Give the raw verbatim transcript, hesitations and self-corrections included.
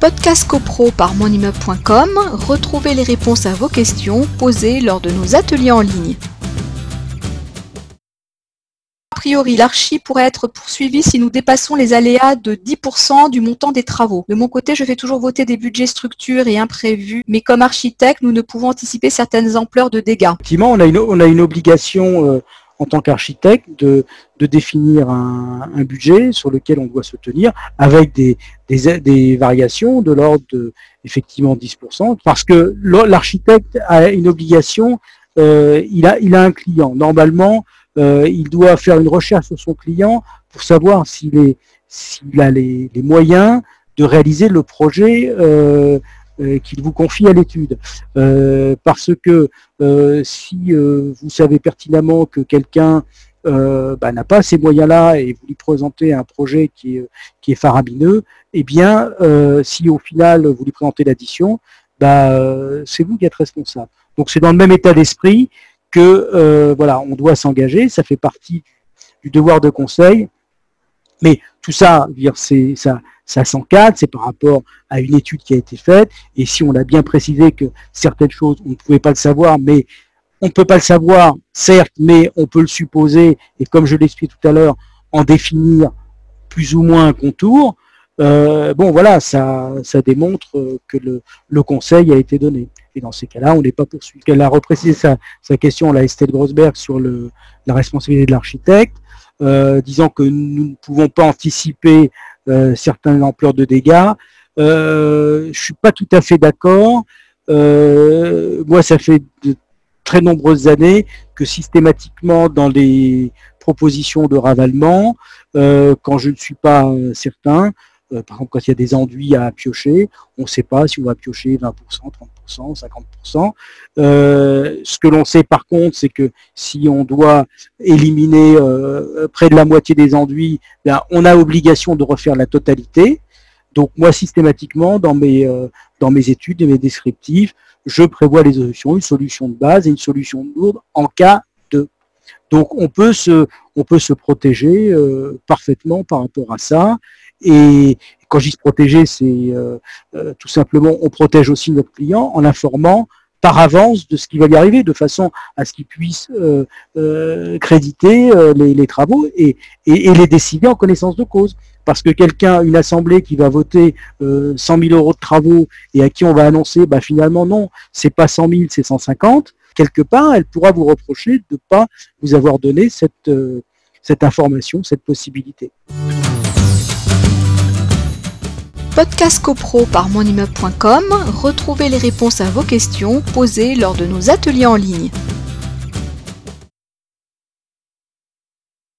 Podcast CoPro par monimmeuble point com, retrouvez les réponses à vos questions posées lors de nos ateliers en ligne. A priori, l'archi pourrait être poursuivi si nous dépassons les aléas de dix pour cent du montant des travaux. De mon côté, je fais toujours voter des budgets structures et imprévus, mais comme architecte, nous ne pouvons anticiper certaines ampleurs de dégâts. Effectivement, on a une, on a une obligation euh, en tant qu'architecte de, de définir un, un budget sur lequel on doit se tenir avec des, des, des variations de l'ordre de effectivement dix pour cent, parce que l'architecte a une obligation, euh, il, a, il a un client. Normalement, Euh, il doit faire une recherche sur son client pour savoir s'il est, s'il a les, les moyens de réaliser le projet euh, euh, qu'il vous confie à l'étude. Euh, parce que euh, si euh, vous savez pertinemment que quelqu'un euh, bah, n'a pas ces moyens-là et vous lui présentez un projet qui est, qui est faramineux, eh bien, euh, si au final vous lui présentez l'addition, bah, euh, c'est vous qui êtes responsable. Donc c'est dans le même état d'esprit que euh, voilà, on doit s'engager, ça fait partie du devoir de conseil, mais tout ça, c'est, ça, ça s'encadre, c'est par rapport à une étude qui a été faite, et si on a bien précisé que certaines choses, on ne pouvait pas le savoir, mais on ne peut pas le savoir, certes, mais on peut le supposer, et comme je l'expliquais tout à l'heure, en définir plus ou moins un contour, euh, bon voilà, ça, ça démontre que le, le conseil a été donné. Et dans ces cas-là, on n'est pas poursuivi. Elle a reprécisé sa, sa question, la Estelle Grossberg, sur le, la responsabilité de l'architecte, euh, disant que nous ne pouvons pas anticiper euh, certaines ampleurs de dégâts. Euh, je ne suis pas tout à fait d'accord. Euh, moi, ça fait de très nombreuses années que systématiquement, dans les propositions de ravalement, euh, quand je ne suis pas euh, certain, Euh, par exemple, quand il y a des enduits à piocher, on ne sait pas si on va piocher vingt pour cent, trente pour cent, cinquante pour cent. Euh, ce que l'on sait par contre, c'est que si on doit éliminer euh, près de la moitié des enduits, ben, on a obligation de refaire la totalité. Donc moi, systématiquement, dans mes, euh, dans mes études et mes descriptifs, je prévois les solutions, une solution de base et une solution de lourde en cas de. Donc on peut se, on peut se protéger euh, parfaitement par rapport à ça. Et quand je dis se protéger, c'est euh, euh, tout simplement, on protège aussi notre client en l'informant par avance de ce qui va lui arriver, de façon à ce qu'il puisse euh, euh, créditer euh, les, les travaux et, et, et les décider en connaissance de cause. Parce que quelqu'un, une assemblée qui va voter euh, cent mille euros de travaux et à qui on va annoncer, bah, finalement non, c'est pas cent mille, c'est cent cinquante, quelque part, elle pourra vous reprocher de ne pas vous avoir donné cette, euh, cette information, cette possibilité. Podcast CoPro par monimmeuble point com, retrouvez les réponses à vos questions posées lors de nos ateliers en ligne.